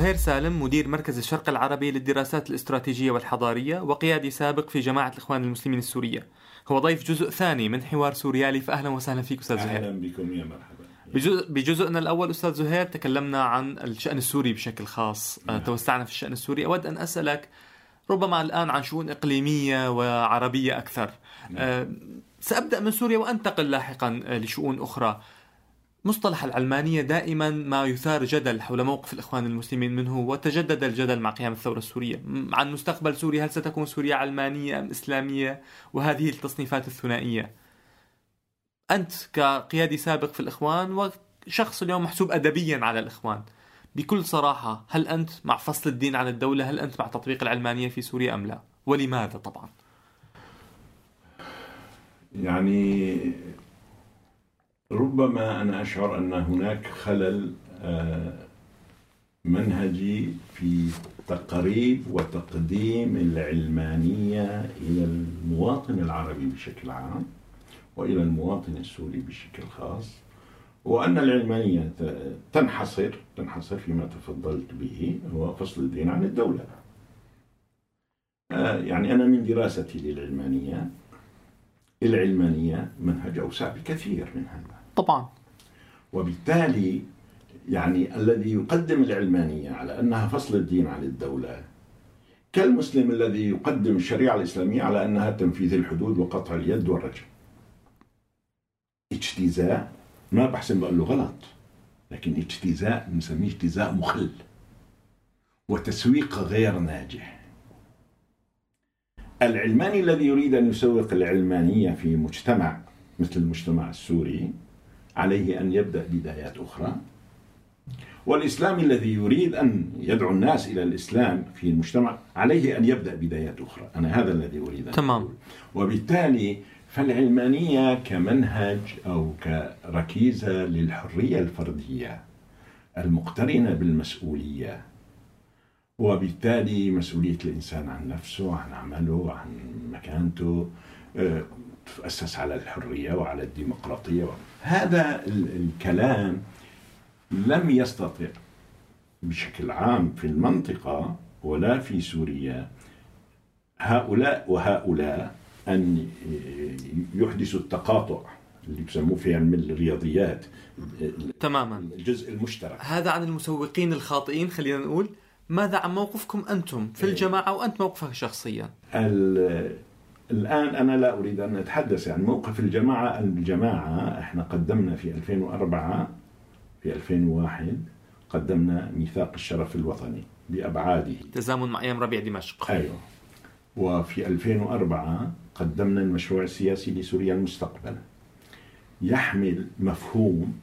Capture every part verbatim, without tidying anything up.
زهير سالم، مدير مركز الشرق العربي للدراسات الاستراتيجية والحضارية وقيادي سابق في جماعة الإخوان المسلمين السورية، هو ضيف جزء ثاني من حوار سوريالي. فأهلا وسهلا فيك أستاذ زهير. أهلا بكم يا مرحبا. بجزء بجزءنا الأول أستاذ زهير تكلمنا عن الشأن السوري بشكل خاص. نعم. توسعنا في الشأن السوري. أود أن أسألك ربما الآن عن شؤون إقليمية وعربية أكثر. نعم. أه سأبدأ من سوريا وأنتقل لاحقا لشؤون أخرى. مصطلح العلمانية دائما ما يثار جدل حول موقف الإخوان المسلمين منه، وتجدد الجدل مع قيام الثورة السورية عن مستقبل سوريا. هل ستكون سوريا علمانية أم إسلامية؟ وهذه التصنيفات الثنائية. أنت كقيادي سابق في الإخوان وشخص اليوم محسوب أدبيا على الإخوان، بكل صراحة هل أنت مع فصل الدين عن الدولة؟ هل أنت مع تطبيق العلمانية في سوريا أم لا؟ ولماذا طبعا؟ يعني ربما أنا أشعر أن هناك خلل منهجي في تقريب وتقديم العلمانية إلى المواطن العربي بشكل عام وإلى المواطن السوري بشكل خاص، وأن العلمانية تنحصر تنحصر فيما تفضلت به، هو فصل الدين عن الدولة. يعني أنا من دراستي للعلمانية، العلمانية منهج أوسع بكثير من هذا طبعا، وبالتالي يعني الذي يقدم العلمانية على أنها فصل الدين عن الدولة كالمسلم الذي يقدم الشريعة الإسلامية على أنها تنفيذ الحدود وقطع اليد والرجم. اجتزاء، ما بحسن بقول له غلط، لكن اجتزاء نسميه اجتزاء مخل وتسويق غير ناجح. العلماني الذي يريد أن يسوق العلمانية في مجتمع مثل المجتمع السوري عليه أن يبدأ بدايات أخرى، والإسلامي الذي يريد أن يدعو الناس إلى الإسلام في المجتمع عليه أن يبدأ بدايات أخرى. أنا هذا الذي أريد أن تمام. أقول. وبالتالي فالعلمانية كمنهج أو كركيزة للحرية الفردية المقترنة بالمسؤولية، وبالتالي مسؤولية الإنسان عن نفسه، عن عمله، عن مكانته، تؤسس على الحرية وعلى الديمقراطية. هذا الكلام لم يستطع بشكل عام في المنطقة ولا في سوريا هؤلاء وهؤلاء أن يحدثوا التقاطع اللي بسموه في علم الرياضيات تماما الجزء المشترك. هذا عن المسوقين الخاطئين. خلينا نقول ماذا عن موقفكم أنتم في الجماعة وأنت موقفك شخصيا؟ الآن أنا لا أريد أن أتحدث عن موقف الجماعة. الجماعة إحنا قدمنا في ألفين وأربعة في ألفين وواحد قدمنا ميثاق الشرف الوطني بأبعاده تزامن مع أيام ربيع دمشق. أيوه. وفي ألفين وأربعة قدمنا المشروع السياسي لسوريا المستقبل، يحمل مفهوم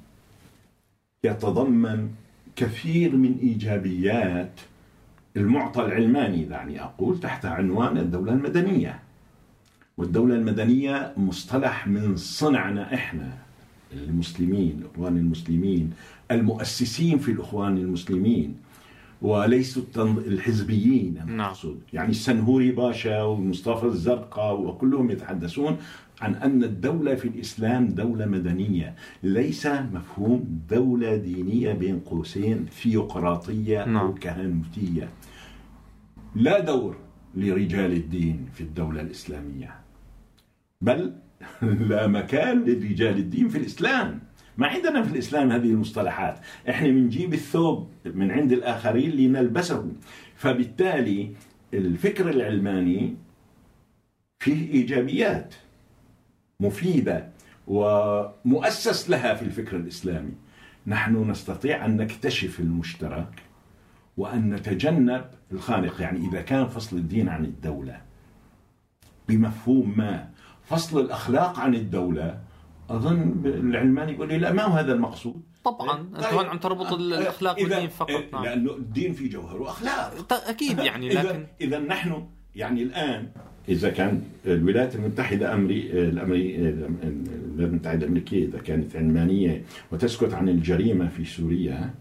يتضمن كثير من إيجابيات المعطى العلماني، دعني أقول، تحت عنوان الدولة المدنية. والدولة المدنية مصطلح من صنعنا إحنا المسلمين، الإخوان المسلمين المؤسسين في الإخوان المسلمين، وليسوا الحزبيين المقصود. يعني السنهوري باشا ومصطفى الزرقاء وكلهم يتحدثون عن أن الدولة في الإسلام دولة مدنية، ليس مفهوم دولة دينية بين قوسين ثيوقراطية أو كهنوتية. لا دور لرجال الدين في الدولة الإسلامية، بل لا مكان لرجال الدين في الإسلام. ما عندنا في الإسلام هذه المصطلحات، إحنا بنجيب الثوب من عند الآخرين لنلبسه. فبالتالي الفكر العلماني فيه إيجابيات مفيدة ومؤسس لها في الفكر الإسلامي. نحن نستطيع أن نكتشف المشترك وأن نتجنب الخانق. يعني إذا كان فصل الدين عن الدولة بمفهوم ما، فصل الأخلاق عن الدولة، أظن العلماني يقول لي لا، ما هو هذا المقصود. طبعا أنت هون عم تربط الأخلاق والدين فقط. نعم. لأنه الدين في جوهر وأخلاق أكيد يعني. لكن إذا نحن يعني الآن إذا كان الولايات المتحدة أمري الأمري الولايات المتحدة الأمريكية إذا كانت علمانية وتسكت عن الجريمة في سوريا،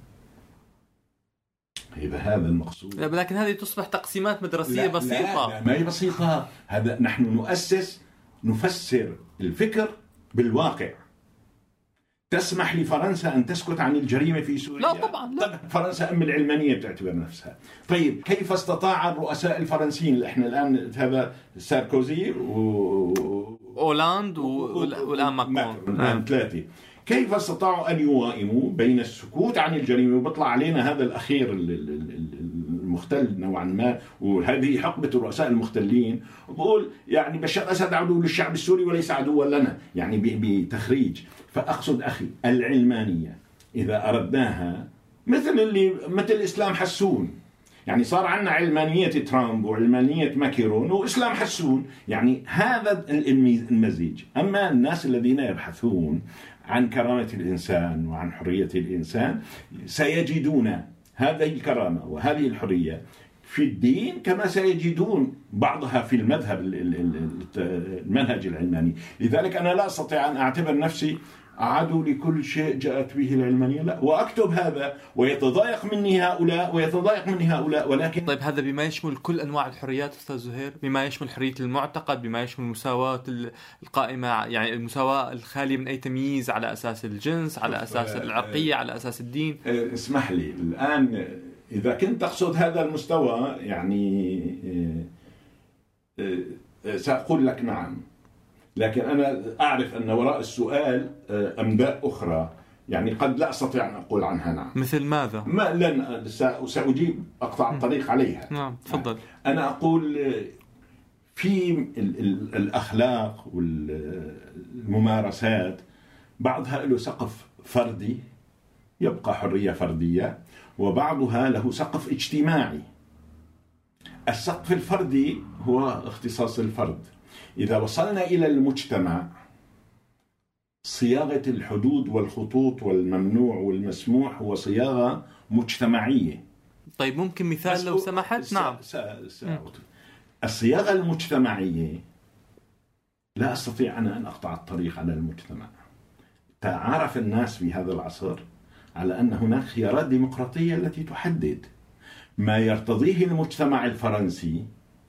إذا هذا المقصود. لكن هذه تصبح تقسيمات مدرسية لا بسيطة. لا لا ما هي بسيطة. هذا نحن نؤسس نفسر الفكر بالواقع. تسمح لفرنسا أن تسكت عن الجريمة في سوريا؟ لا طبعا لا. طب فرنسا أم العلمانية بتعتبر نفسها. طيب كيف استطاع الرؤساء الفرنسيين اللي احنا الآن هذا ساركوزي و أولاند والآن ماكرون ثلاثة، كيف استطاعوا أن يوائموا بين السكوت عن الجريمة وبطلع علينا هذا الأخير المختل نوعا ما، وهذه حقبة الرؤساء المختلين، وبقول يعني بشار الأسد عدو للشعب السوري وليس عدوا لنا، يعني بتخريج. فأقصد أخي العلمانية إذا أردناها مثل اللي مثل إسلام حسون، يعني صار عندنا علمانية ترامب وعلمانية ماكرون وإسلام حسون، يعني هذا المزيج. أما الناس الذين يبحثون عن كرامة الإنسان وعن حرية الإنسان سيجدون هذه الكرامة وهذه الحرية في الدين كما سيجدون بعضها في المذهب المنهج العلماني. لذلك أنا لا أستطيع أن أعتبر نفسي عدو لكل شيء جاءت به العلمانية، لا، وأكتب هذا ويتضايق مني هؤلاء ويتضايق مني هؤلاء، ولكن طيب هذا بما يشمل كل أنواع الحريات أستاذ زهير، بما يشمل حرية المعتقد، بما يشمل المساواة القائمة، يعني المساواة الخالية من أي تمييز على أساس الجنس، على أساس العرقية، على أساس الدين. اسمح لي الآن إذا كنت تقصد هذا المستوى يعني سأقول لك نعم، لكن أنا أعرف أن وراء السؤال أمداء أخرى يعني قد لا أستطيع أن أقول عنها نعم. مثل ماذا؟ ما لن سأجيب أقطع الطريق عليها. نعم تفضل. أنا أقول في الأخلاق والممارسات بعضها له سقف فردي يبقى حرية فردية، وبعضها له سقف اجتماعي. السقف الفردي هو اختصاص الفرد. إذا وصلنا إلى المجتمع صياغة الحدود والخطوط والممنوع والمسموح هو صياغة مجتمعية. طيب ممكن مثال لو سمحت؟ س... نعم. س... س... الصياغة المجتمعية لا أستطيع أنا أن أقطع الطريق على المجتمع. تعرف الناس في هذا العصر على أن هناك خيارات ديمقراطية التي تحدد ما يرتضيه المجتمع الفرنسي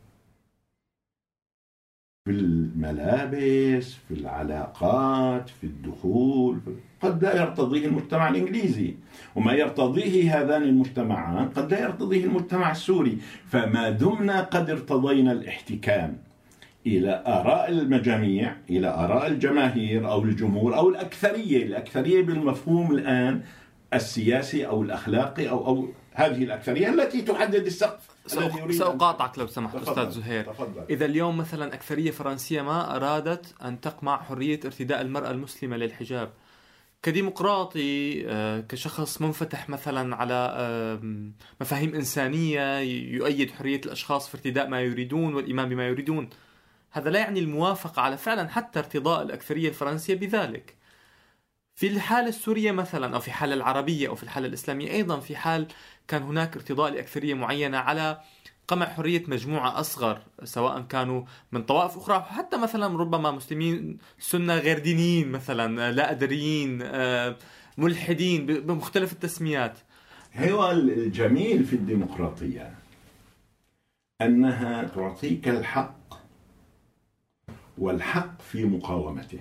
في الملابس، في العلاقات، في الدخول، قد لا يرتضيه المجتمع الإنجليزي، وما يرتضيه هذان المجتمعان قد لا يرتضيه المجتمع السوري. فما دمنا قد ارتضينا الاحتكام إلى آراء المجاميع، إلى آراء الجماهير أو الجمهور أو الأكثرية، الأكثرية بالمفهوم الآن السياسي أو الأخلاقي أو أو هذه الأكثرية التي تحدد السقف. سأقاطعك لو سمحت أستاذ زهير. تفضل. إذا اليوم مثلا أكثرية فرنسية ما أرادت أن تقمع حرية ارتداء المرأة المسلمة للحجاب، كديمقراطي كشخص منفتح مثلا على مفاهيم إنسانية يؤيد حرية الأشخاص في ارتداء ما يريدون والإيمان بما يريدون، هذا لا يعني الموافقة على فعلا حتى ارتضاء الأكثرية الفرنسية بذلك. في الحالة السورية مثلا، أو في حالة العربية، أو في الحالة الإسلامية أيضا، في حال كان هناك ارتضاء لأكثرية معينة على قمع حرية مجموعة أصغر، سواء كانوا من طوائف أخرى، حتى مثلا ربما مسلمين سنة غير دينيين مثلا، لا أدريين، ملحدين، بمختلف التسميات. هو الجميل في الديمقراطية أنها تعطيك الحق، والحق في مقاومته.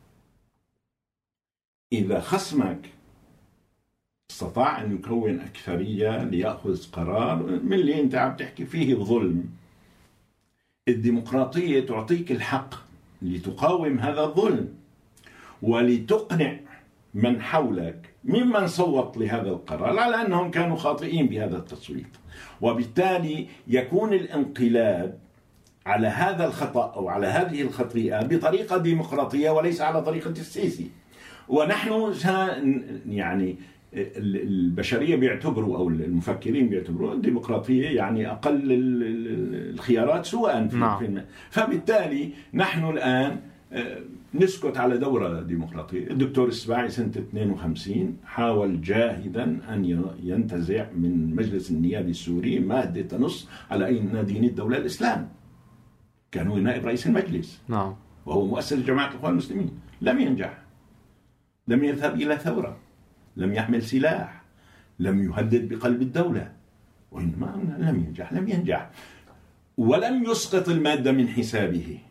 إذا خصمك استطاع أن يكون أكثرية ليأخذ قرار من اللي أنت عم تحكي فيه ظلم، الديمقراطية تعطيك الحق لتقاوم هذا الظلم ولتقنع من حولك ممن صوت لهذا القرار على أنهم كانوا خاطئين بهذا التصويت، وبالتالي يكون الانقلاب على هذا الخطأ أو على هذه الخطيئة بطريقة ديمقراطية وليس على طريقة السيسي. ونحن يعني البشرية بيعتبروا أو المفكرين بيعتبروا الديمقراطية يعني أقل الخيارات سواء في نعم. فبالتالي نحن الآن نسكت على دورة ديمقراطية. الدكتور السباعي سنة اثنين وخمسين حاول جاهدا أن ينتزع من مجلس النيابي السوري مادة تنص على أن دين الدولة الإسلام. كان هو نائب رئيس المجلس نعم. وهو مؤسس جماعة الإخوان المسلمين. لم ينجح، لم يذهب إلى ثورة، لم يحمل سلاح، لم يهدد بقلب الدولة، وإنما لم ينجح لم ينجح ولم يسقط المادة من حسابه.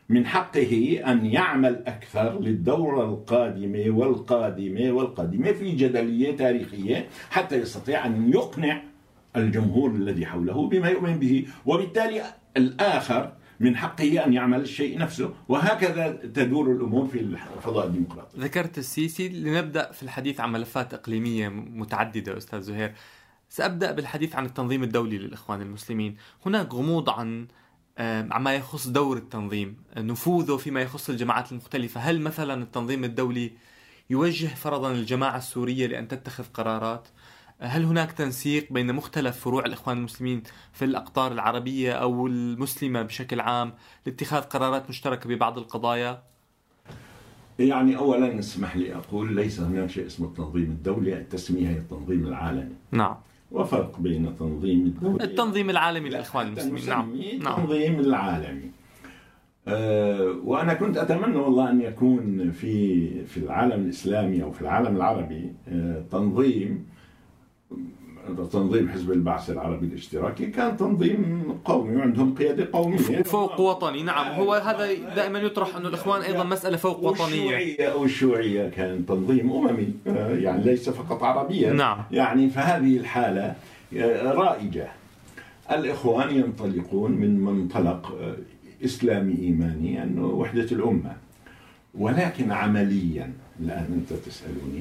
من حقه أن يعمل أكثر للدورة القادمة والقادمة والقادمة في جدلية تاريخية حتى يستطيع أن يقنع الجمهور الذي حوله بما يؤمن به، وبالتالي الآخر من حقه أن يعمل الشيء نفسه، وهكذا تدور الأمور في الفضاء الديمقراطي. ذكرت السيسي، لنبدأ في الحديث عن ملفات إقليمية متعددة أستاذ زهير. سأبدأ بالحديث عن التنظيم الدولي للإخوان المسلمين. هناك غموض عن عما يخص دور التنظيم، نفوذه فيما يخص الجماعات المختلفة. هل مثلا التنظيم الدولي يوجه فرضا الجماعة السورية لأن تتخذ قرارات؟ هل هناك تنسيق بين مختلف فروع الإخوان المسلمين في الأقطار العربية أو المسلمة بشكل عام لاتخاذ قرارات مشتركة ببعض القضايا؟ يعني أولا اسمح لي أقول ليس هناك شيء اسمه التنظيم الدولي، التسمية هي التنظيم العالمي. نعم. وفرق بين التنظيم الدولي التنظيم العالمي للإخوان المسلمين. نعم. التنظيم العالمي. أه وأنا كنت أتمنى والله أن يكون في في العالم الإسلامي أو في العالم العربي أه تنظيم تنظيم حزب البعث العربي الاشتراكي كان تنظيم قومي وعندهم قيادة قومية فوق وطني. نعم، هو هذا دائما يطرح أن الإخوان أيضا مسألة فوق وطنية. والشيوعية أو الشيوعية كان تنظيم أممي يعني ليس فقط عربيا. نعم. يعني فهذه الحالة رائجة. الإخوان ينطلقون من منطلق إسلامي إيماني أنه وحدة الأمة، ولكن عمليا الآن أنت تسألني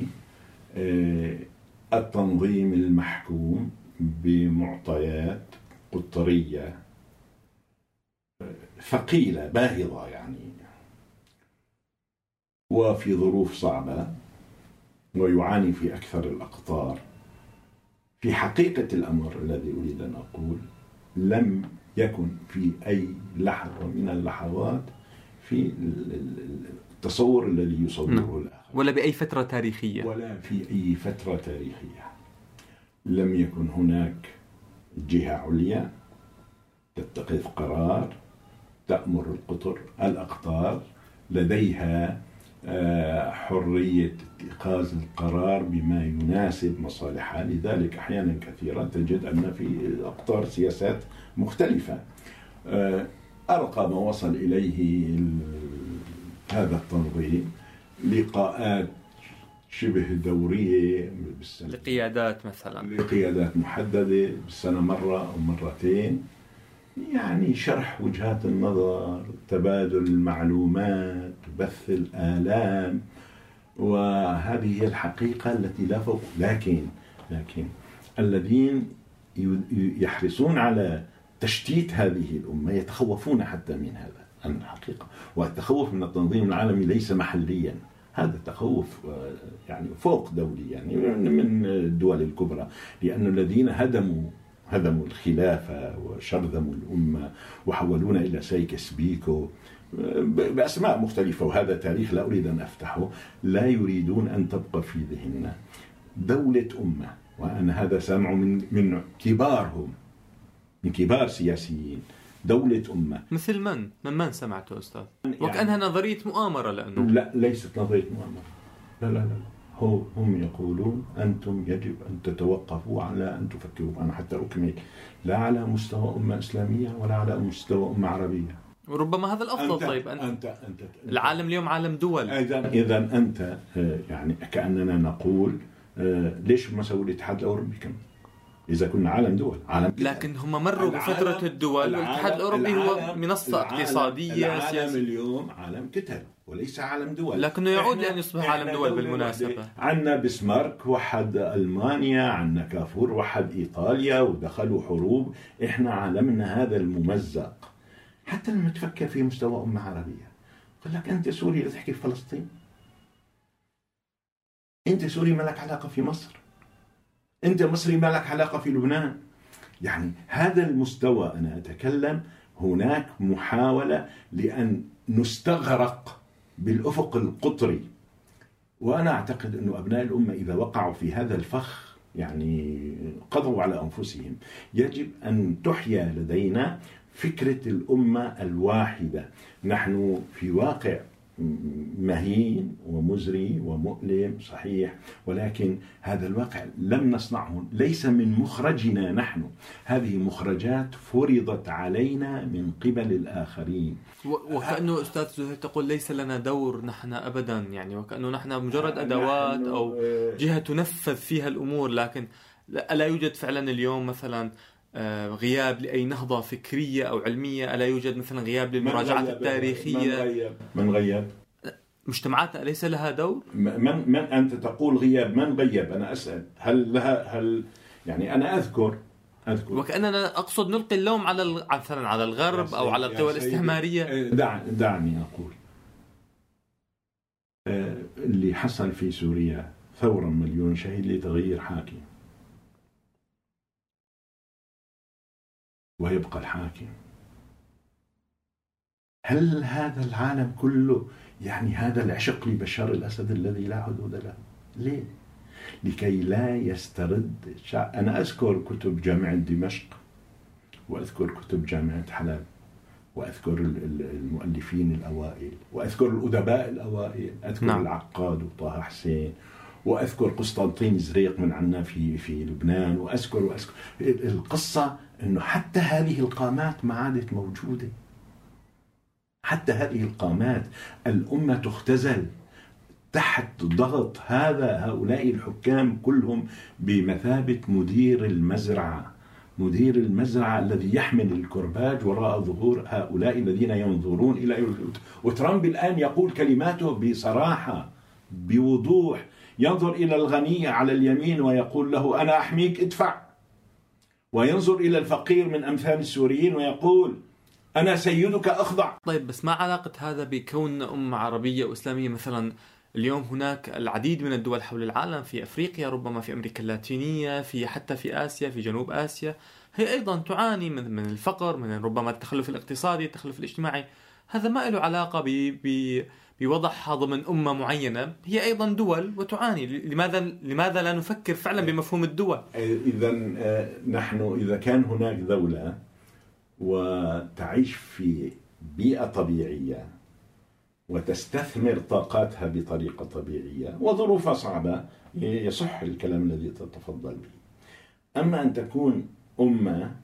التنظيم المحكوم بمعطيات قطرية ثقيلة باهظة يعني، وفي ظروف صعبة ويعاني في أكثر الأقطار. في حقيقة الأمر الذي أريد أن أقول لم يكن في أي لحظة من اللحظات في التصور الذي يصوره الآخر، ولا بأي فترة تاريخية، ولا في أي فترة تاريخية لم يكن هناك جهة عليا تتخذ قرار تأمر القطر الأقطار لديها حرية اتخاذ القرار بما يناسب مصالحها. لذلك أحيانا كثيرا تجد أن في الأقطار سياسات مختلفة. أرقى ما وصل إليه هذا التنظيم لقاءات شبه دورية بالسنة، لقيادات مثلا، لقيادات محددة بالسنة مرة أو مرتين، يعني شرح وجهات النظر، تبادل المعلومات، بث الآلام، وهذه هي الحقيقة التي لا فوق. لكن لكن الذين يحرصون على تشتيت هذه الأمة يتخوفون حتى من هذا عن الحقيقة. والتخوف من التنظيم العالمي ليس محليا، هذا تخوف يعني فوق دولي، يعني من الدول الكبرى، لأن الذين هدموا هدموا الخلافة وشرذموا الأمة وحولونا إلى سايكس بيكو بأسماء مختلفة، وهذا تاريخ لا أريد أن أفتحه، لا يريدون أن تبقى في ذهننا دولة أمة. وأنا هذا سامع من من كبارهم، من كبار سياسيين، دولة أمة. مثل من؟ من من سمعته أستاذ؟ يعني وكأنها نظرية مؤامرة. لأنه لا، ليست نظرية مؤامرة، لا لا لا، هو هم يقولون أنتم يجب أن تتوقفوا على أن تفكروا. أنا حتى أكمل، لا على مستوى أمة إسلامية ولا على مستوى أمة عربية، وربما هذا الأفضل. أنت طيب أنت, أنت, أنت, أنت العالم اليوم عالم دول. إذا إذا أنت يعني كأننا نقول ليش ما سووا الاتحاد الأوروبي كم؟ إذا كنا عالم دول، عالم كتل. لكن هم مروا بفترة الدول، والاتحاد الأوروبي هو منصة اقتصادية سياسية. العالم سياسية. اليوم عالم كتل وليس عالم دول، لكنه يعود لأن يصبح عالم دول بالمناسبة. عندنا بسمارك وحد ألمانيا، عندنا كافور وحد إيطاليا ودخلوا حروب. إحنا عالمنا هذا الممزق. حتى لما تفكر في مستوى أمة عربية، قل لك أنت سوري لا تحكي في فلسطين، أنت سوري ما لك علاقة في مصر، أنت مصري ما لك علاقة في لبنان. يعني هذا المستوى أنا أتكلم، هناك محاولة لأن نستغرق بالأفق القطري. وأنا أعتقد أن أبناء الأمة إذا وقعوا في هذا الفخ يعني قضوا على أنفسهم. يجب أن تحيا لدينا فكرة الأمة الواحدة. نحن في واقع مهين ومزري ومؤلم صحيح، ولكن هذا الواقع لم نصنعه، ليس من مخرجنا نحن، هذه مخرجات فرضت علينا من قبل الآخرين. وكأنه أستاذ زهير تقول ليس لنا دور نحن أبدا، يعني وكأنه نحن مجرد أدوات أو جهة تنفذ فيها الأمور، لكن ألا يوجد فعلا اليوم مثلا غياب لأي نهضة فكرية أو علمية؟ ألا يوجد مثلا غياب للمراجعات التاريخية؟ من غيب؟ من غيب؟ مجتمعاتنا ليس لها دور؟ من من أنت تقول غياب؟ من غيب؟ أنا أسأل هل لها هل يعني أنا أذكر أذكر وكأننا أقصد نلقي اللوم على مثلا على الغرب أو على القوى الاستعمارية. دع دعني أقول اللي حصل في سوريا ثورة مليون شهيد لتغيير حاكم، ويبقى الحاكم. هل هذا العالم كله يعني هذا العشق لبشار الأسد الذي لا حدود له؟ ليه؟ لكي لا يسترد الشعب. أنا أذكر كتب جامعة دمشق، وأذكر كتب جامعة حلب، وأذكر المؤلفين الأوائل، وأذكر الأدباء الأوائل، أذكر نعم. العقاد وطه حسين، وأذكر قسطنطين زريق من عنا في في لبنان، وأذكر وأذكر القصة إنه حتى هذه القامات ما عادت موجودة. حتى هذه القامات الأمة تختزل تحت ضغط هذا هؤلاء الحكام كلهم بمثابة مدير المزرعة، مدير المزرعة الذي يحمل الكرباج وراء ظهور هؤلاء الذين ينظرون إلى. وترامب الآن يقول كلماته بصراحة بوضوح، ينظر إلى الغني على اليمين ويقول له أنا أحميك ادفع، وينظر إلى الفقير من أمثال السوريين ويقول أنا سيدك أخضع. طيب بس ما علاقة هذا بكون أمة عربية وإسلامية؟ مثلا اليوم هناك العديد من الدول حول العالم، في أفريقيا، ربما في أمريكا اللاتينية، في حتى في آسيا، في جنوب آسيا، هي أيضا تعاني من من الفقر، من ربما التخلف الاقتصادي، التخلف الاجتماعي. هذا ما له علاقة ب ب بوضعها ضمن أمة معينة، هي أيضا دول وتعاني. لماذا لماذا لا نفكر فعلا بمفهوم الدول؟ إذا نحن إذا كان هناك دولة وتعيش في بيئة طبيعية وتستثمر طاقاتها بطريقة طبيعية وظروفها صعبة، يصح الكلام الذي تتفضل به. أما أن تكون أمة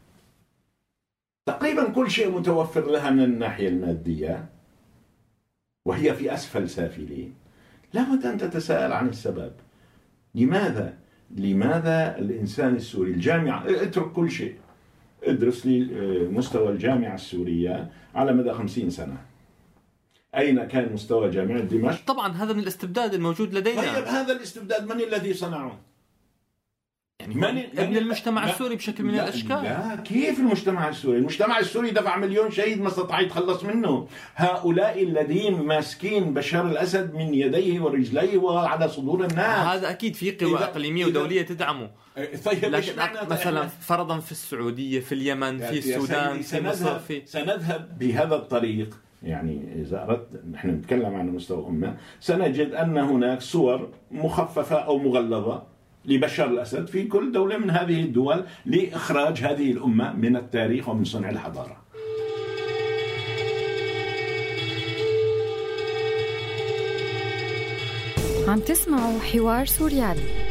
تقريبا كل شيء متوفر لها من الناحية المادية وهي في أسفل سافلين، لابد أن تتساءل عن السبب. لماذا؟ لماذا الإنسان السوري الجامعة اترك كل شيء، ادرس لي مستوى الجامعة السورية على مدى خمسين سنة، أين كان مستوى جامعة دمشق؟ طبعا هذا من الاستبداد الموجود لدينا. طيب هذا الاستبداد من الذي صنعه؟ يعني من ابن المجتمع السوري بشكل من لا الأشكال. لا، كيف المجتمع السوري؟ المجتمع السوري دفع مليون شهيد ما استطاع يتخلص منه. هؤلاء الذين ماسكين بشار الأسد من يديه ورجليه وعلى صدور الناس، هذا أكيد في قوى إقليمية ودولية تدعمه. طيب لكن مثلا فرضا في السعودية، في اليمن، في السودان، في مصر، في سنذهب بهذا الطريق. يعني إذا أردت نحن نتكلم عن مستوى أمة، سنجد أن هناك صور مخففة أو مغلظة لبشار الأسد في كل دولة من هذه الدول لإخراج هذه الأمة من التاريخ ومن صنع الحضارة. عم تسمعوا حوار سوريالي.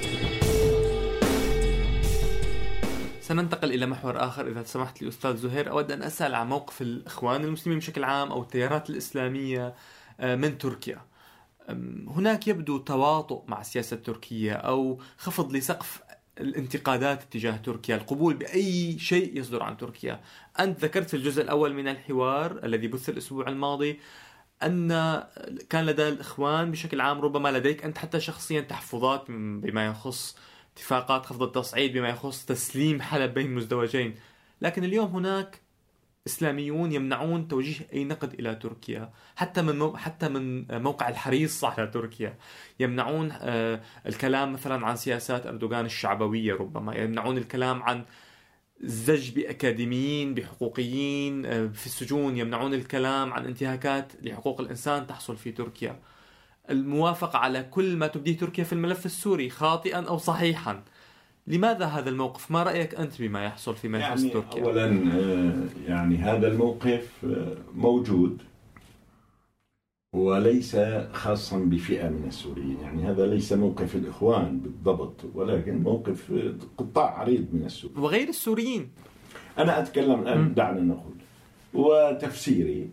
سننتقل إلى محور آخر إذا سمحت لي أستاذ زهير. أود أن أسأل عن موقف الإخوان المسلمين بشكل عام أو التيارات الإسلامية من تركيا. هناك يبدو تواطؤ مع السياسة التركية أو خفض لسقف الانتقادات تجاه تركيا، القبول بأي شيء يصدر عن تركيا. أنت ذكرت في الجزء الأول من الحوار الذي بث الأسبوع الماضي أن كان لدى الإخوان بشكل عام، ربما لديك أنت حتى شخصيا، تحفظات بما يخص اتفاقات خفض التصعيد، بما يخص تسليم حلب بين مزدوجين. لكن اليوم هناك إسلاميون يمنعون توجيه أي نقد إلى تركيا، حتى من مو... حتى من موقع الحريص على تركيا. يمنعون آه الكلام مثلا عن سياسات أردوغان الشعبوية، ربما يمنعون الكلام عن زج بأكاديميين بحقوقيين آه في السجون، يمنعون الكلام عن انتهاكات لحقوق الإنسان تحصل في تركيا، الموافقة على كل ما تبديه تركيا في الملف السوري خاطئا أو صحيحا. لماذا هذا الموقف؟ ما رأيك أنت بما يحصل في ملف يعني تركيا؟ أولا، يعني هذا الموقف موجود وليس خاصا بفئة من السوريين. يعني هذا ليس موقف الإخوان بالضبط، ولكن موقف قطاع عريض من السوريين وغير السوريين. أنا أتكلم الآن، دعنا نقول وتفسيري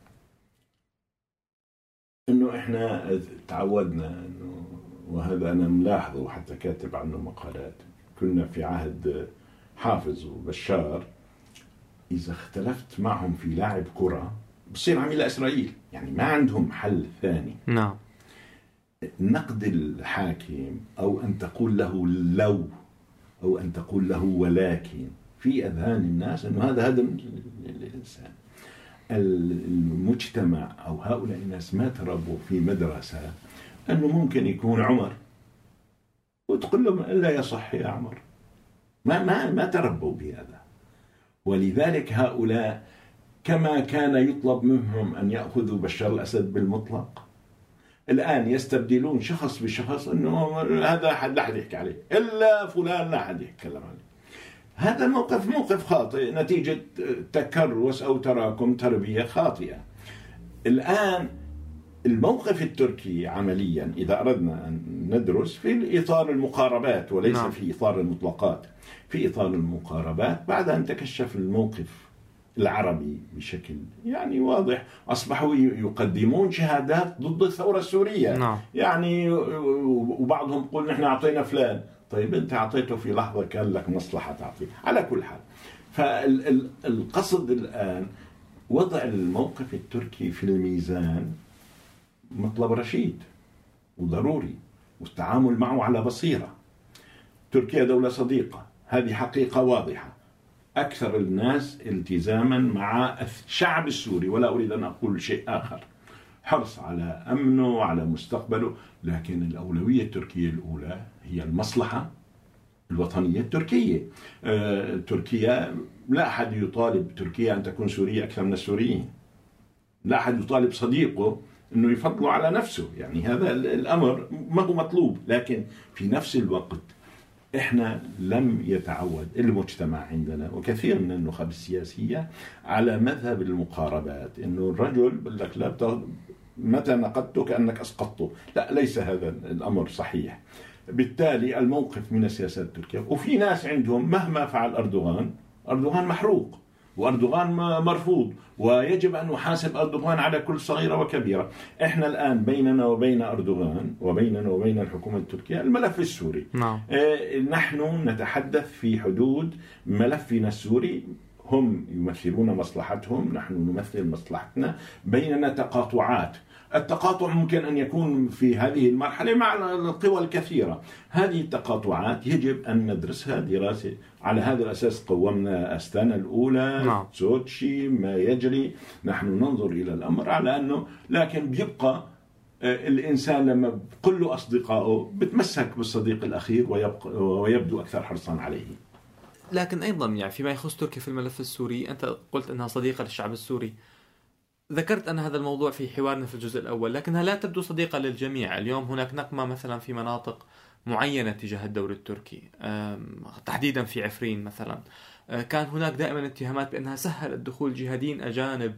إنه إحنا تعودنا إنه، وهذا أنا ملاحظه حتى كاتب عنه مقالات، كنا في عهد حافظ وبشار إذا اختلفت معهم في لاعب كرة بصير عميل إسرائيل، يعني ما عندهم حل ثاني. نعم. نقد الحاكم أو أن تقول له لو أو أن تقول له ولكن في أذهان الناس أنه هذا هدم للإنسان. المجتمع أو هؤلاء الناس ما تربوا في مدرسة أنه ممكن يكون عمر وتقول لهم لا يصح يا عمر، ما ما ما تربوا بهذا. ولذلك هؤلاء كما كان يطلب منهم أن يأخذوا بشار الأسد بالمطلق، الآن يستبدلون شخص بشخص، أنه هذا حد لا حد يحكي عليه إلا فلان لا حد يتكلم عليه. هذا الموقف موقف خاطئ نتيجة تكرس أو تراكم تربية خاطئة. الآن الموقف التركي عمليا إذا أردنا أن ندرس في إطار المقاربات وليس نعم. في إطار المطلقات، في إطار المقاربات بعد أن تكشف الموقف العربي بشكل يعني واضح، أصبحوا يقدمون شهادات ضد الثورة السورية. نعم. يعني وبعضهم يقول نحن أعطينا فلان، طيب أنت أعطيته في لحظة كان لك مصلحة تعطيه. على كل حال، فالقصد الآن وضع الموقف التركي في الميزان مطلب رشيد وضروري، والتعامل معه على بصيرة. تركيا دولة صديقة، هذه حقيقة واضحة، أكثر الناس التزاما مع الشعب السوري، ولا أريد أن أقول شيء آخر، حرص على أمنه وعلى مستقبله. لكن الأولوية التركية الأولى هي المصلحة الوطنية التركية. آه، تركيا لا أحد يطالب تركيا أن تكون سورية أكثر من السوريين، لا أحد يطالب صديقه أنه يفضله على نفسه، يعني هذا الأمر ما هو مطلوب. لكن في نفس الوقت إحنا لم يتعود المجتمع عندنا وكثير من النخب السياسية على مذهب المقاربات، إنه الرجل بقول لك لا متى نقدته كأنك أسقطته، لا ليس هذا الأمر صحيح. بالتالي الموقف من السياسات التركية، وفي ناس عندهم مهما فعل أردوغان، أردوغان محروق وأردوغان مرفوض ويجب أن نحاسب أردوغان على كل صغيرة وكبيرة. إحنا الآن بيننا وبين أردوغان وبيننا وبين الحكومة التركية الملف السوري. نعم. آه نحن نتحدث في حدود ملفنا السوري، هم يمثلون مصلحتهم، نحن نمثل مصلحتنا، بيننا تقاطعات. التقاطع ممكن أن يكون في هذه المرحلة مع القوى الكثيرة. هذه التقاطعات يجب أن ندرسها دراسة. على هذا الأساس قومنا أستانا الأولى، نعم. سوتشي، ما يجري. نحن ننظر إلى الأمر على أنه، لكن بيبقى الإنسان لما بقول له أصدقائه بتمسك بالصديق الأخير ويبدو أكثر حرصا عليه. لكن أيضا يعني فيما يخص تركيا في الملف السوري، أنت قلت أنها صديقة للشعب السوري، ذكرت أن هذا الموضوع في حوارنا في الجزء الأول، لكنها لا تبدو صديقة للجميع. اليوم هناك نقمة مثلا في مناطق معينة تجاه الدولة التركي، تحديدا في عفرين مثلا. كان هناك دائما اتهامات بأنها سهلت دخول جهاديين أجانب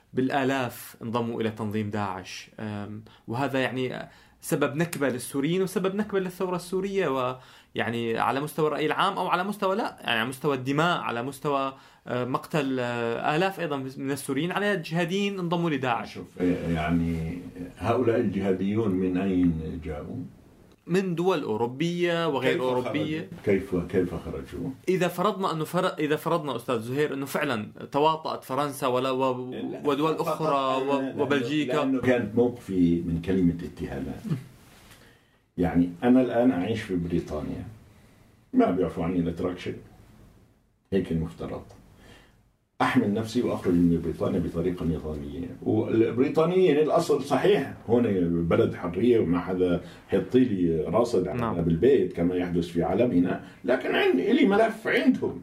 بالآلاف انضموا إلى تنظيم داعش، وهذا يعني سبب نكبة للسوريين وسبب نكبة للثورة السورية، ويعني على مستوى الرأي العام أو على مستوى لا يعني على مستوى الدماء، على مستوى مقتل آلاف أيضا من السوريين على جهاديين انضموا لداعش. شوف يعني هؤلاء الجهاديون من أين جاءوا؟ من دول أوروبية وغير كيف أوروبية. كيف كيف خرجوا؟ إذا فرضنا أنه فر... إذا فرضنا أستاذ زهير أنه فعلا تواطأت فرنسا ولا و... ودول أخرى و... وبلجيكا، لأنه كانت موقفي من كلمة اتهامات. يعني أنا الآن أعيش في بريطانيا، ما بيعرفوا عني الأتراك شيء، هيك المفترض. أحمل نفسي وأخرج من بريطانيا بطريقة نظامية، والبريطانيين الأصل صحيح هون بلد حرية وما حدا حيطي لي راصد على نعم. بالبيت كما يحدث في عالمنا، لكن عندي لي ملف عندهم.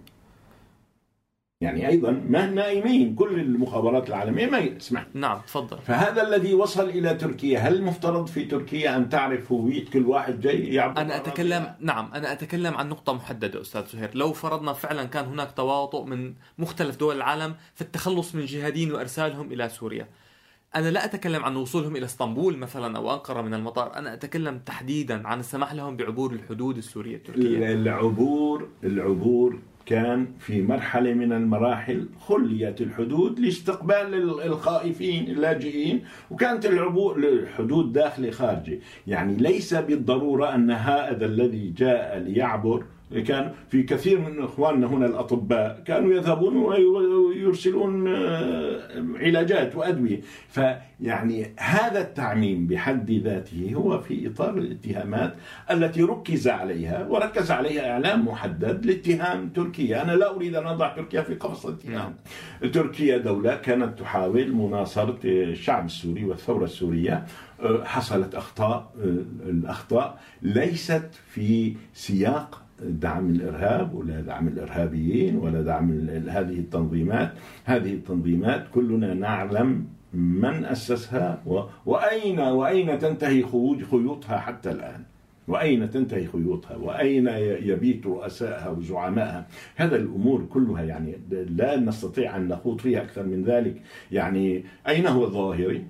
يعني أيضا ما نائمين، كل المخابرات العالمية ما يسمح. نعم تفضل. فهذا الذي وصل إلى تركيا، هل المفترض في تركيا أن تعرف هوية كل واحد جاي يعبر؟ أنا أتكلم نعم أنا أتكلم عن نقطة محددة أستاذ زهير. لو فرضنا فعلا كان هناك تواطؤ من مختلف دول العالم في التخلص من جهاديين وإرسالهم إلى سوريا، أنا لا أتكلم عن وصولهم إلى اسطنبول مثلا أو أنقرة من المطار، أنا أتكلم تحديدا عن السماح لهم بعبور الحدود السورية التركية. العبور العبور كان في مرحلة من المراحل خليت الحدود لاستقبال الخائفين اللاجئين، وكانت العبور الحدود داخلي خارجي. يعني ليس بالضرورة أن هذا الذي جاء ليعبر، كان في كثير من إخواننا هنا الأطباء كانوا يذهبون ويرسلون علاجات وأدوية. فيعني هذا التعميم بحد ذاته هو في إطار الاتهامات التي ركز عليها، وركز عليها إعلام محدد لاتهام تركيا. أنا لا أريد أن أضع تركيا في قفص الاتهام. تركيا دولة كانت تحاول مناصرة الشعب السوري والثورة السورية، حصلت أخطاء. الأخطاء ليست في سياق دعم الإرهاب ولا دعم الإرهابيين ولا دعم هذه التنظيمات. هذه التنظيمات كلنا نعلم من أسسها وأين وأين تنتهي خيوطها حتى الآن، وأين تنتهي خيوطها، وأين يبيت رؤسائها وزعمائها. هذا الأمور كلها يعني لا نستطيع أن نخوض فيها أكثر من ذلك. يعني أين هو الظاهري؟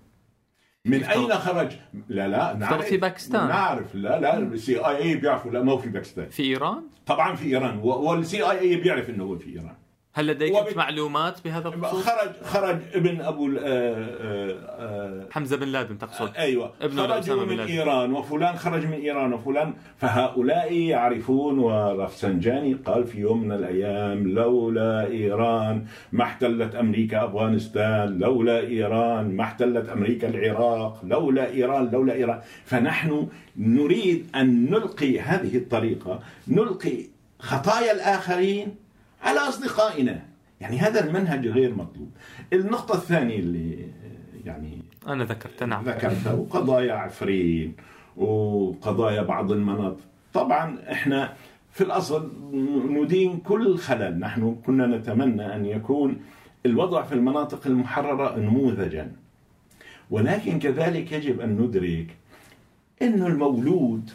من أين خرج؟ لا لا نعرف في باكستان، نعرف لا لا السي آي اي بيعرفوا. لا ما هو في باكستان، في إيران طبعا في إيران، والسي آي اي بيعرف إنه هو في إيران. هل لديك وب... معلومات بهذا الخصوص؟ خرج خرج ابن أبو آآ آآ حمزة بن لادن تقصد؟ أيوة، ابن خرج من إيران، وفلان خرج من إيران وفلان. فهؤلاء يعرفون. ورفسنجاني قال في يوم من الأيام لولا إيران ما احتلت أمريكا أفغانستان، لولا إيران ما احتلت أمريكا العراق، لولا إيران لولا إيران. فنحن نريد أن نلقي هذه الطريقة، نلقي خطايا الآخرين على أصدقائنا. يعني هذا المنهج غير مطلوب. النقطة الثانية اللي يعني أنا ذكرت نعم ذكرتها، وقضايا عفرين وقضايا بعض المناطق. طبعا إحنا في الأصل ندين كل خلل. نحن كنا نتمنى أن يكون الوضع في المناطق المحررة نموذجا، ولكن كذلك يجب أن ندرك أن المولود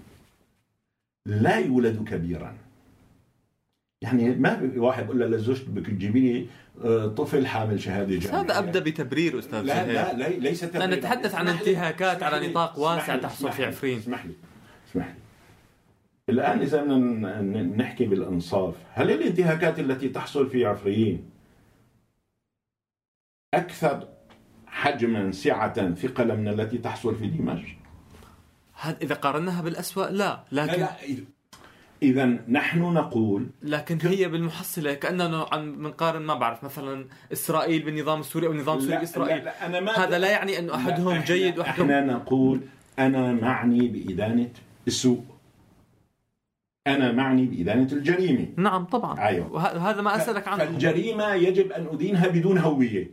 لا يولد كبيرا. يعني ما واحد يقول لزوجته بدك تجيبي لي طفل حامل شهاده جامعيه. هذا ابدا بتبرير استاذ لا لا, لا ليس تبرير. نتحدث عن انتهاكات على نطاق واسع تحصل في عفرين. اسمح لي اسمح لي الان اذا بدنا نحكي بالانصاف، هل الانتهاكات التي تحصل في عفرين اكثر حجما سعه ثقلا من التي تحصل في دمشق؟ هذا اذا قارناها بالأسوأ لا، لكن لا لا إذا نحن نقول، لكن هي بالمحصلة كأننا عم بنقارن ما بعرف مثلا إسرائيل بالنظام السوري أو النظام السوري بإسرائيل. لا لا أنا ما هذا لا يعني أن أحدهم جيد وأحدهم. احنا نقول أنا معني بإدانة السوء، أنا معني بإدانة الجريمة. نعم طبعا. أيوة. وهذا ما أسألك عنه. فالجريمة يجب أن أدينها بدون هوية،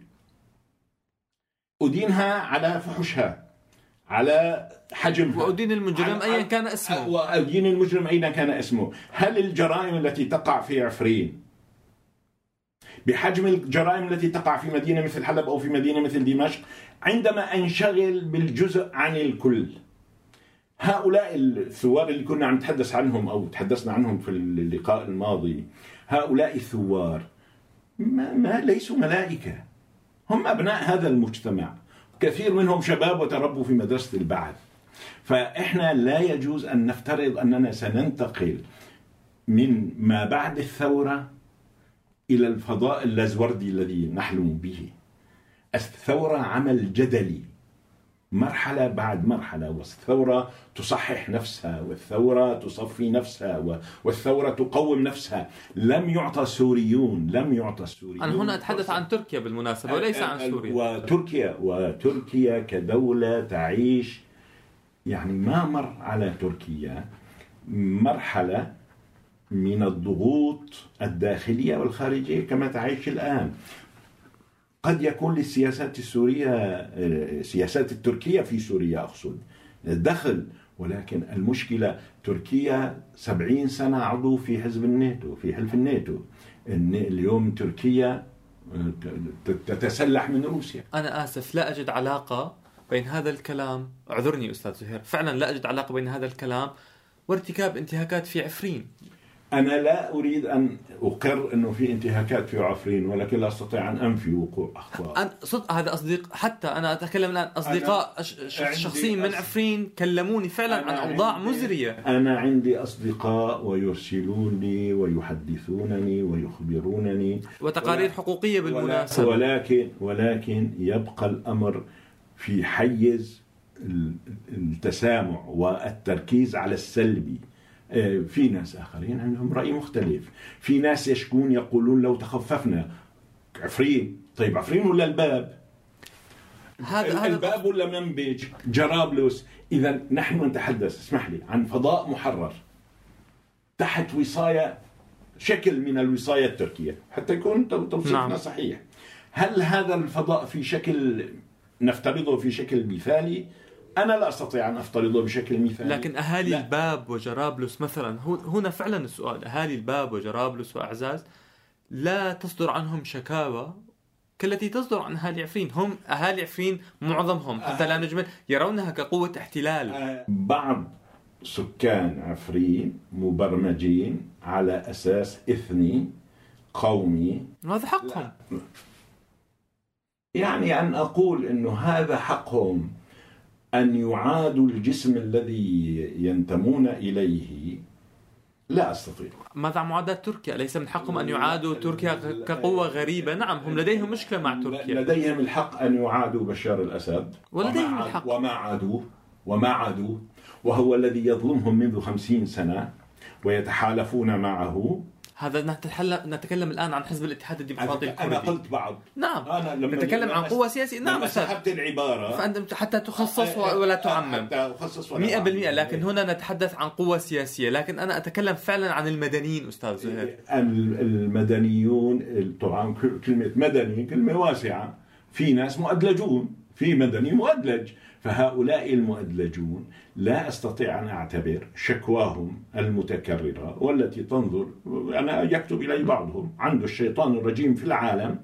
أدينها على فحشها، على حجمها، وأدين المجرم أيا كان اسمه، وأدين المجرم أيا كان اسمه. هل الجرائم التي تقع في عفرين بحجم الجرائم التي تقع في مدينة مثل حلب أو في مدينة مثل دمشق؟ عندما أنشغل بالجزء عن الكل، هؤلاء الثوار اللي كنا عم نتحدث عنهم أو تحدثنا عنهم في اللقاء الماضي، هؤلاء الثوار ما, ما ليسوا ملائكة، هم أبناء هذا المجتمع، كثير منهم شباب وتربوا في مدرسة البعث. فإحنا لا يجوز أن نفترض أننا سننتقل من ما بعد الثورة إلى الفضاء اللازوردي الذي نحلم به. الثورة عمل جدلي، مرحلة بعد مرحلة، والثورة تصحح نفسها، والثورة تصفي نفسها، والثورة تقوم نفسها. لم يعطى السوريون لم يعطى السوريون أنا هنا أتحدث عن تركيا بالمناسبة وليس عن سوريا. وتركيا وتركيا كدولة تعيش، يعني ما مر على تركيا مرحلة من الضغوط الداخلية والخارجية كما تعيش الآن. قد يكون للسياسات السورية، سياسات التركية في سوريا أقصد، دخل، ولكن المشكلة تركيا سبعين سنة عضو في حزب الناتو، في حلف الناتو. اليوم تركيا تتسلح من روسيا. أنا آسف لا أجد علاقة بين هذا الكلام، اعذرني أستاذ زهير، فعلا لا أجد علاقة بين هذا الكلام وارتكاب انتهاكات في عفرين. أنا لا أريد أن أقر أنه في انتهاكات في عفرين، ولكن لا أستطيع أن أنفي وقوع أخطاء. أنا صدق هذا أصدق، حتى أنا أتكلم الآن أصدقاء شخصيين من عفرين كلموني فعلا عن أوضاع مزرية. أنا عندي أصدقاء ويرسلوني ويحدثونني ويخبرونني، وتقارير ولا حقوقية بالمناسبة، ولكن ولكن يبقى الأمر في حيز التسامح والتركيز على السلبي. في ناس آخرين عندهم رأي مختلف، في ناس يشكون يقولون لو تخففنا عفرين. طيب عفرين ولا الباب؟ هذا الباب ولا منبج جرابلس؟ إذا نحن نتحدث، اسمح لي، عن فضاء محرر تحت وصاية، شكل من الوصاية التركية، حتى يكون توصيفنا نعم. صحيح. هل هذا الفضاء في شكل نفترضه في شكل مثالي؟ أنا لا أستطيع أن أفترضه بشكل مثالي. لكن أهالي لا. الباب وجرابلس مثلا، هنا فعلا السؤال، أهالي الباب وجرابلس وأعزاز لا تصدر عنهم شكاوى كالتي تصدر عن أهالي عفرين. هم أهالي عفرين معظمهم حتى لا نجمل يرونها كقوة احتلال. بعض سكان عفرين مبرمجين على أساس إثني قومي، وهذا حقهم. يعني أن أقول أنه هذا حقهم أن يعادوا الجسم الذي ينتمون إليه، لا أستطيع. ماذا عن معاداة تركيا؟ ليس من حقهم أن يعادوا تركيا كقوة غريبة؟ نعم، هم لديهم مشكلة مع تركيا. لديهم الحق أن يعادوا بشار الأسد، ولديهم الحق وما عادوه وما عادوه وهو الذي يظلمهم منذ خمسين سنة ويتحالفون معه. هذا نتكلم الآن عن حزب الاتحاد الديمقراطي الكردي. أنا قلت بعض. نعم، أنا نتكلم عن قوة سياسية. نعم، سحبت العبارة فأنت حتى تخصص ولا تعمم مئة بالمئة، لكن هنا نتحدث عن قوة سياسية. لكن أنا أتكلم فعلا عن المدنيين أستاذ زهير. المدنيون طبعا كلمة مدني كلمة واسعة، في ناس مؤدلجون، في مدني مؤدلج، فهؤلاء المؤدلجون لا أستطيع أن أعتبر شكواهم المتكررة والتي تنظر، أنا يكتب إلي بعضهم عنده الشيطان الرجيم في العالم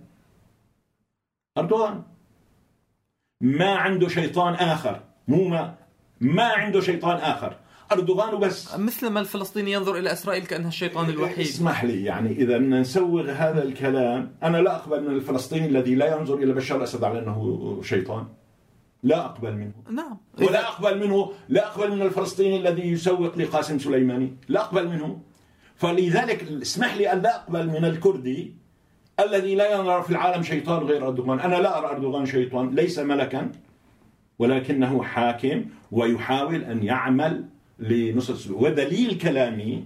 أردوغان، ما عنده شيطان آخر، مو ما ما عنده شيطان آخر، أردوغان بس. مثل ما الفلسطيني ينظر إلى إسرائيل كأنها الشيطان الوحيد. اسمح لي، يعني إذا نسوغ هذا الكلام، أنا لا أقبل من الفلسطيني الذي لا ينظر إلى بشار الأسد على أنه شيطان، لا أقبل منه. نعم. ولا أقبل منه، لا أقبل من الفلسطيني الذي يسوق لقاسم سليماني، لا أقبل منه. فلذلك اسمح لي أن لا أقبل من الكردي الذي لا يرى في العالم شيطان غير أردوغان. أنا لا أرى أردوغان شيطان، ليس ملكا، ولكنه حاكم ويحاول أن يعمل لنصرة. ودليل كلامي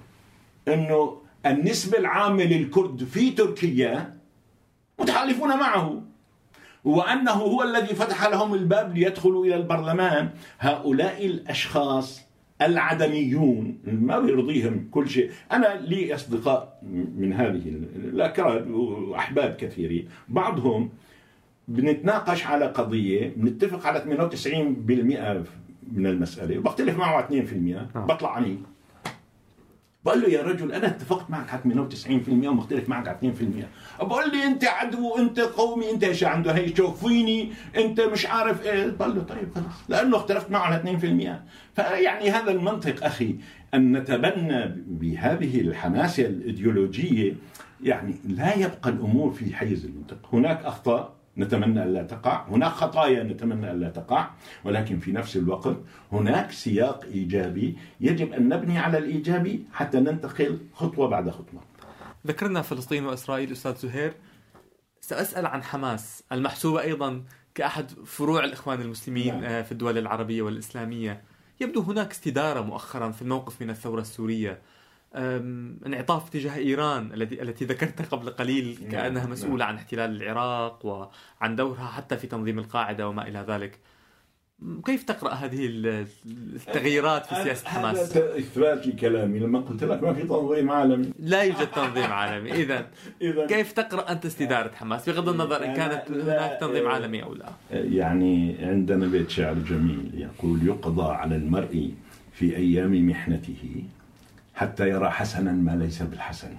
أنه النسبة العامة للكرد في تركيا متحالفون معه، وأنه هو الذي فتح لهم الباب ليدخلوا إلى البرلمان. هؤلاء الأشخاص العدميون ما يرضيهم كل شيء. أنا لي أصدقاء من هذه الأكراد وأحباب كثيرين، بعضهم بنتناقش على قضية بنتفق على ثمانية وتسعين بالمئة من المسألة وبختلف معه على اثنين بالمئة، بطلع عني بقول له يا رجل أنا اتفقت معك على ثمانية وتسعين بالمئة ومختلف معك على اثنين بالمئة. بقول لي أنت عدو، أنت قومي، أنت إيش عنده هي شوفيني، أنت مش عارف إيه. بقول له طيب خلاص، لأنه اختلفت معه على اثنين بالمئة. فيعني هذا المنطق أخي أن نتبنى بهذه الحماسة الإيديولوجية، يعني لا يبقى الأمور في حيز المنطق. هناك أخطاء نتمنى ألا تقع، هناك خطايا نتمنى ألا تقع، ولكن في نفس الوقت هناك سياق إيجابي يجب أن نبني على الإيجابي حتى ننتقل خطوة بعد خطوة. ذكرنا فلسطين وإسرائيل أستاذ زهير، سأسأل عن حماس المحسوبة أيضا كأحد فروع الإخوان المسلمين نعم. في الدول العربية والإسلامية. يبدو هناك استدارة مؤخرا في الموقف من الثورة السورية، انعطاف تجاه إيران التي التي ذكرتها قبل قليل كأنها مسؤولة عن احتلال العراق وعن دورها حتى في تنظيم القاعدة وما إلى ذلك. كيف تقرأ هذه التغييرات في سياسة حماس؟ هذا إثبات لكلامي لما قلت لك ما في تنظيم عالمي. لا يوجد تنظيم عالمي. إذن كيف تقرأ أنت استدارة حماس بغض النظر إن كانت هناك تنظيم عالمي أو لا؟ يعني عندنا بيت شعر جميل يقول: يقضى على المرء في أيام محنته حتى يرى حسنا ما ليس بالحسن.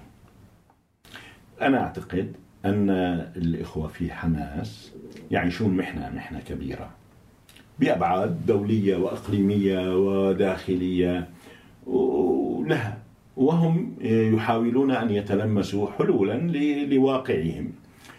أنا أعتقد أن الإخوة في حماس يعيشون محنة محنة كبيرة بأبعاد دولية وأقليمية وداخلية ولها وهم يحاولون أن يتلمسوا حلولا لواقعهم.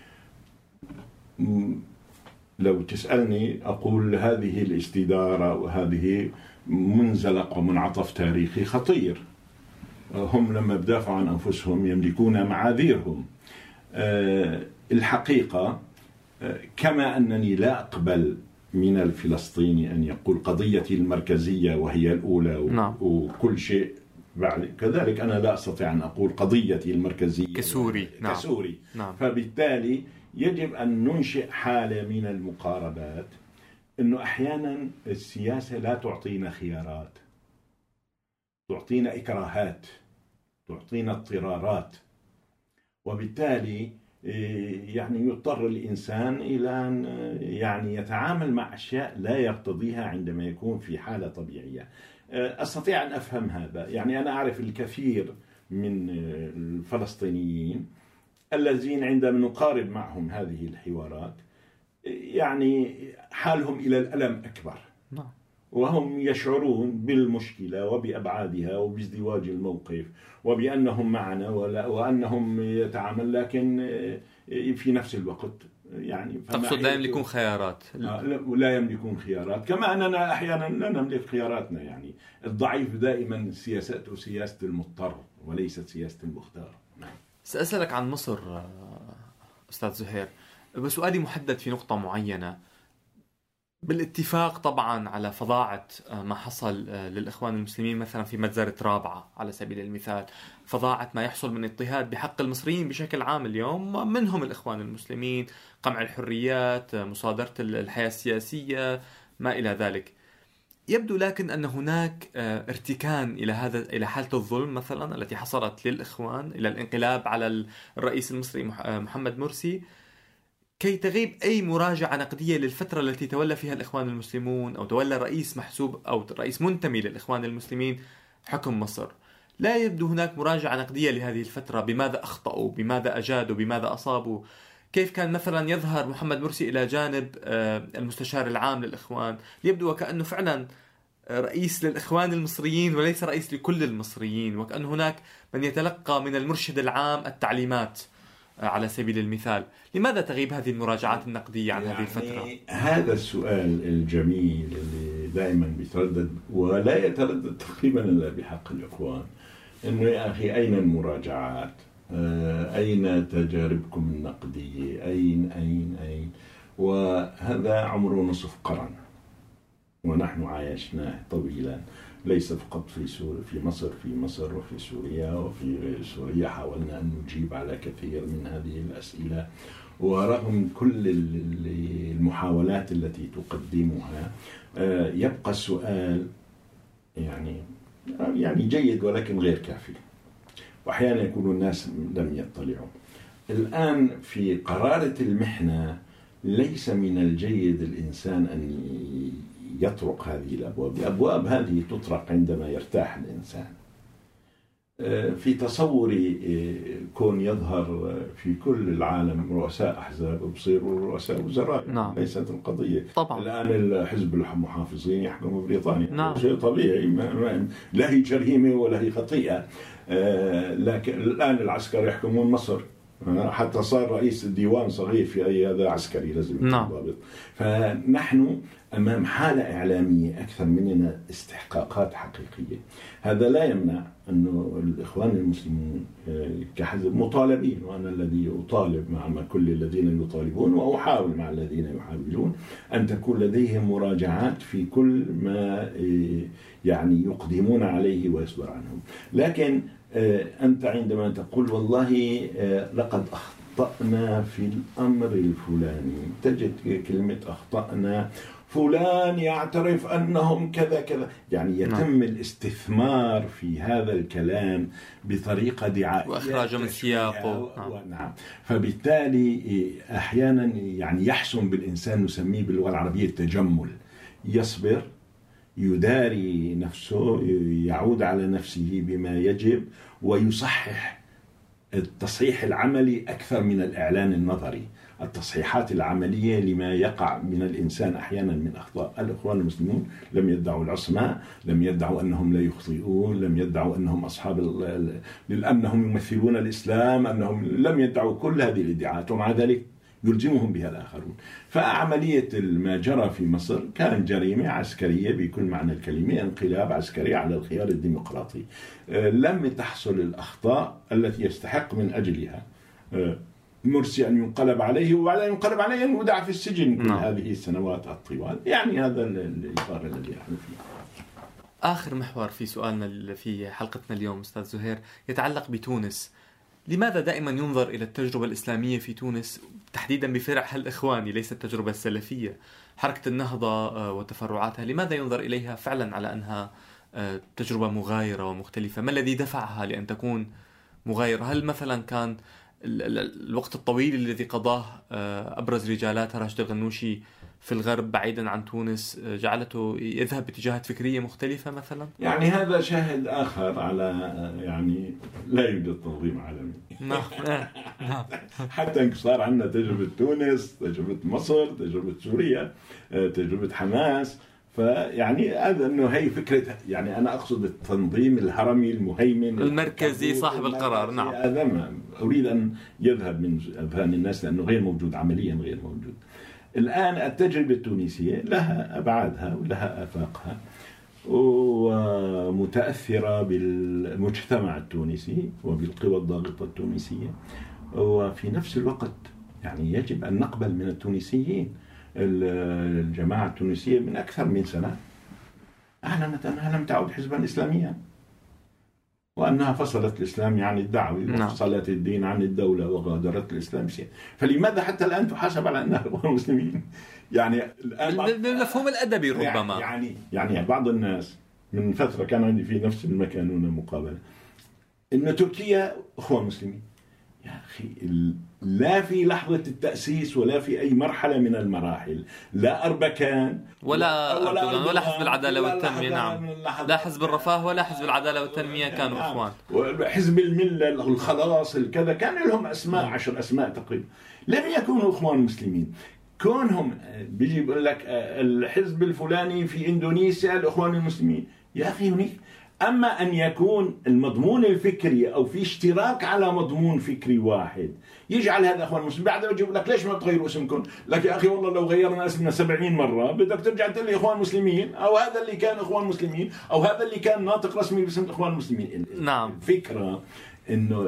لو تسألني أقول هذه الاستدارة وهذه منزلق ومنعطف تاريخي خطير. هم لما بدافعوا عن أنفسهم يملكون معاذيرهم. الحقيقة كما أنني لا أقبل من الفلسطيني أن يقول قضيتي المركزية وهي الأولى نعم. وكل شيء بعد كذلك، أنا لا أستطيع أن أقول قضيتي المركزية كسوري. نعم. كسوري. نعم. فبالتالي يجب أن ننشئ حالة من المقاربات، أنه أحيانا السياسة لا تعطينا خيارات، تعطينا إكراهات، تعطينا اضطرارات، وبالتالي يعني يضطر الإنسان إلى أن يعني يتعامل مع أشياء لا يرتضيها عندما يكون في حالة طبيعية. أستطيع أن أفهم هذا. يعني أنا أعرف الكثير من الفلسطينيين الذين عندما نقارب معهم هذه الحوارات يعني حالهم إلى الألم أكبر، وهم يشعرون بالمشكلة وبأبعادها وبازدواج الموقف وبأنهم معنا وأنهم يتعامل، لكن في نفس الوقت يعني تقصد لا يملكون خيارات. لا يملكون خيارات، كما أننا أحيانا لا نملك خياراتنا. يعني الضعيف دائما سياسته سياسة المضطر وليست سياسة المختار. سأسألك عن مصر أستاذ زهير، بس سؤالي محدد في نقطة معينة. بالاتفاق طبعا على فظاعة ما حصل للإخوان المسلمين مثلا في مجزرة رابعة على سبيل المثال، فظاعة ما يحصل من اضطهاد بحق المصريين بشكل عام اليوم، منهم الإخوان المسلمين، قمع الحريات، مصادرة الحياة السياسية، ما إلى ذلك. يبدو لكن أن هناك ارتكان إلى هذا إلى حالة الظلم مثلا التي حصلت للإخوان، إلى الانقلاب على الرئيس المصري محمد مرسي، كي تغيب أي مراجعة نقدية للفترة التي تولى فيها الإخوان المسلمون أو تولى رئيس محسوب أو رئيس منتمي للإخوان المسلمين حكم مصر. لا يبدو هناك مراجعة نقدية لهذه الفترة، بماذا أخطأوا، بماذا أجادوا، بماذا أصابوا، كيف كان مثلا يظهر محمد مرسي إلى جانب المستشار العام للإخوان، يبدو وكأنه فعلا رئيس للإخوان المصريين وليس رئيس لكل المصريين، وكأن هناك من يتلقى من المرشد العام التعليمات على سبيل المثال. لماذا تغيب هذه المراجعات النقدية عن يعني هذه الفترة؟ هذا السؤال الجميل اللي دائما بيتردد ولا يتردد تقريبا إلا بحق الإخوان، إنه يا أخي أين المراجعات؟ أين تجاربكم النقدية؟ أين أين أين؟ وهذا عمره نصف قرن ونحن عايشناه طويلا، ليس فقط في سوريا، في مصر في مصر وفي سوريا، وفي سوريا حاولنا أن نجيب على كثير من هذه الأسئلة، ورغم كل المحاولات التي تقدمها يبقى السؤال يعني يعني جيد ولكن غير كافي، وأحيانا يكون الناس لم يطلعوا. الآن في قرارة المحنة ليس من الجيد الإنسان أن يطرق هذه الأبواب. الأبواب هذه تطرق عندما يرتاح الإنسان. في تصوري كون يظهر في كل العالم رؤساء أحزاب وبصيروا رؤساء وزراء. نعم. ليست القضية طبعا. الآن الحزب المحافظين يحكم بريطانيا. نعم. شيء طبيعي، ما لا هي جريمة ولا هي خطيئة. لكن الآن العسكر يحكمون مصر، حتى صار رئيس الديوان صغير في أي هذا عسكري لازم يكون ضابط. فنحن أمام حالة إعلامية أكثر مننا استحقاقات حقيقية. هذا لا يمنع أنه الإخوان المسلمين كحزب مطالبين، وأنا الذي أطالب مع كل الذين يطالبون وأحاول مع الذين يحاولون أن تكون لديهم مراجعات في كل ما يعني يقدمون عليه ويصدر عنهم. لكن أنت عندما تقول والله لقد أخطأنا في الأمر الفلاني، تجد كلمة أخطأنا، فلان يعترف أنهم كذا كذا، يعني يتم نعم. الاستثمار في هذا الكلام بطريقة دعائية وإخراجه من سياقه. نعم. نعم. فبالتالي أحيانا يعني يحسن بالإنسان، نسميه باللغة العربية التجمل، يصبر، يداري نفسه، يعود على نفسه بما يجب، ويصحح التصحيح العملي أكثر من الإعلان النظري. التصحيحات العملية لما يقع من الإنسان أحيانا من أخطاء. الإخوان المسلمون لم يدعوا العصمة، لم يدعوا أنهم لا يخطئون، لم يدعوا أنهم أصحاب أنهم يمثلون الإسلام، أنهم لم يدعوا كل هذه الادعاءات، ومع ذلك يلزمهم بها الآخرون. فعملية ما جرى في مصر كان جريمة عسكرية بكل معنى الكلمة، انقلاب عسكري على الخيار الديمقراطي. لم تحصل الأخطاء التي يستحق من أجلها مرسي أن ينقلب عليه، وبعدين ينقلب عليه أن يودع في السجن كل هذه السنوات الطوال. يعني هذا الإطار الذي نحن فيه. آخر محور في سؤالنا في حلقتنا اليوم أستاذ زهير يتعلق بتونس. لماذا دائما ينظر إلى التجربة الإسلامية في تونس تحديدا بفرعها الإخواني، ليس التجربة السلفية، حركة النهضة وتفرعاتها، لماذا ينظر إليها فعلا على أنها تجربة مغايرة ومختلفة؟ ما الذي دفعها لأن تكون مغايرة؟ هل مثلا كان الوقت الطويل الذي قضاه أبرز رجالاتها راشد الغنوشي في الغرب بعيدا عن تونس جعلته يذهب باتجاهات فكرية مختلفة مثلا؟ يعني هذا شاهد آخر على يعني لا يوجد تنظيم عالمي. نعم. حتى صار عندنا تجربة تونس، تجربة مصر، تجربة سوريا، تجربة حماس. فيعني هذا انه هي فكره، يعني انا اقصد التنظيم الهرمي المهيمن المركزي صاحب القرار. نعم، هذا ما اريد ان يذهب من اذهان الناس لانه غير موجود، عمليا غير موجود. الان التجربه التونسيه لها ابعادها ولها افاقها ومتاثره بالمجتمع التونسي وبالقوى الضاغطه التونسيه، وفي نفس الوقت يعني يجب ان نقبل من التونسيين. الجماعة التونسية من أكثر من سنة أعلنت أنها لم تعد حزبا إسلاميا، وأنها فصلت الإسلام عن الدعوة وفصلت الدين عن الدولة وغادرت الإسلام. فلماذا حتى الآن تحاسب على أنها مسلمين؟ يعني الآن بالمفهوم الأدبي ربما. يعني يعني بعض الناس من فترة كان عندي في نفس المكان هنا مقابلة إن تركيا أخوان مسلمين. يا أخي لا في لحظة التأسيس ولا في أي مرحلة من المراحل، لا أربكان ولا ولا, ولا, ولا حزب العدالة والتنمية. نعم، لا حزب الرفاه ولا حزب العدالة والتنمية كانوا نعم. إخوان. حزب الملة، الخلاص، الكذا، كان لهم أسماء، عشر أسماء تقريبا، لم يكونوا إخوان مسلمين. كونهم بيجي بيقول لك الحزب الفلاني في إندونيسيا الإخوان المسلمين، يا أخي هناك أما أن يكون المضمون الفكري أو في اشتراك على مضمون فكري واحد يجعل هذا أخوان المسلمين. بعد ما يجيب لك ليش ما تغيروا اسمكم؟ لك يا أخي والله لو غيرنا اسمنا سبعين مرة بدك ترجع تقول لي إخوان مسلمين، أو هذا اللي كان إخوان مسلمين، أو هذا اللي كان ناطق رسمي باسم إخوان المسلمين. نعم. الفكرة إنه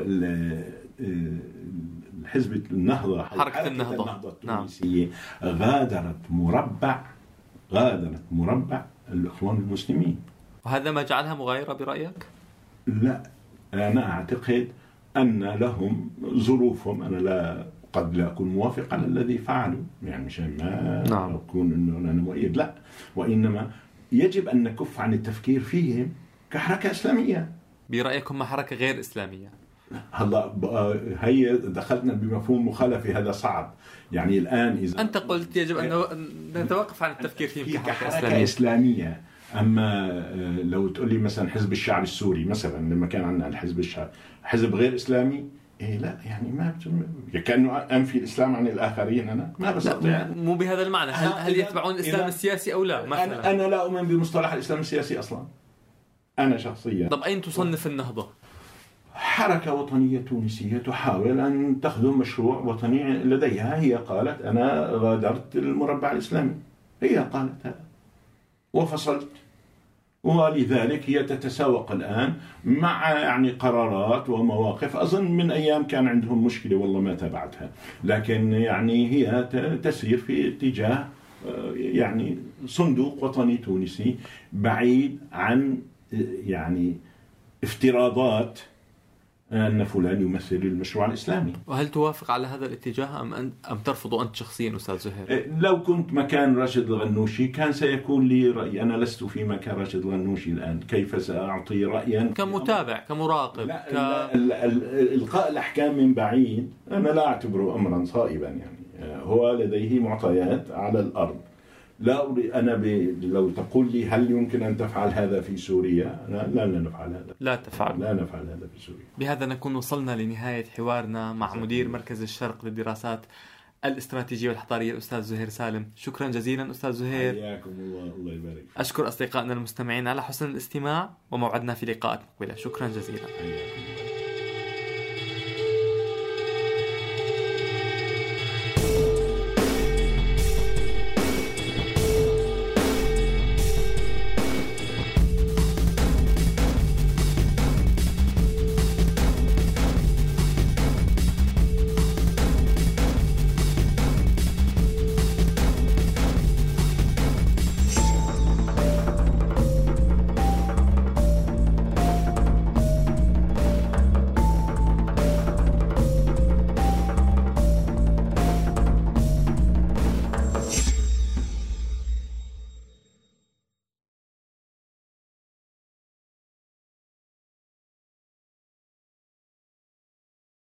الحزب النهضة، حركة النهضة, النهضة التونسية نعم. غادرت مربع غادرت مربع الإخوان المسلمين. وهذا ما جعلها مغايرة برأيك؟ لا، أنا أعتقد أن لهم ظروفهم. أنا لا قد لا أكون موافق على الذي فعلوا، يعني مشان ما نعم. أكون إنه أنا مؤيد، لا، وإنما يجب أن نكف عن التفكير فيهم كحركة إسلامية. برأيكم ما حركة غير إسلامية؟ هلا هي دخلنا بمفهوم مخالفة، هذا صعب. يعني الآن إذا أنت قلت يجب أن نتوقف عن التفكير فيهم كحركة إسلامية. إسلامية. أما لو تقول لي مثلا حزب الشعب السوري مثلا، لما كان عندنا الحزب الشعب حزب غير إسلامي، إيه لا، يعني ما كأنه أنفي الإسلام عن الآخرين. أنا ما بستطيع. مو بهذا المعنى. هل, هل يتبعون الإسلام السياسي أو لا مثلا؟ أنا, أنا لا أؤمن بمصطلح الإسلام السياسي أصلا، أنا شخصيا. طب أين تصنف النهضة؟ حركة وطنية تونسية تحاول أن تخدم مشروع وطني لديها. هي قالت أنا غادرت المربع الإسلامي، هي قالت هذا وفصلت، ولذلك هي تتساوق الآن مع يعني قرارات ومواقف. أظن من أيام كان عندهم مشكلة والله ما تبعتها، لكن يعني هي تسير في اتجاه يعني صندوق وطني تونسي بعيد عن يعني افتراضات أن فلان يمثل المشروع الإسلامي. وهل توافق على هذا الاتجاه أم أم ترفض أنت شخصيا أستاذ زهير؟ لو كنت مكان راشد الغنوشي كان سيكون لي رأي. أنا لست في مكان راشد الغنوشي الآن، كيف سأعطي رأيا كمتابع كمراقب؟ لا ك... إلقاء الأحكام من بعيد أنا لا أعتبره أمرا صائبا. يعني هو لديه معطيات على الأرض. لا أنا ب... لو تقول لي هل يمكن أن تفعل هذا في سوريا، لا لا, لا نفعل هذا. لا تفعل. لا نفعل هذا في سوريا. بهذا نكون وصلنا لنهاية حوارنا مع مدير مركز الشرق للدراسات الاستراتيجية والحضارية الأستاذ زهير سالم. شكرا جزيلا أستاذ زهير. حياكم الله، الله يبارك. أشكر أصدقائنا المستمعين على حسن الاستماع، وموعدنا في لقاءات مقبلة. شكرا جزيلا. حياكم.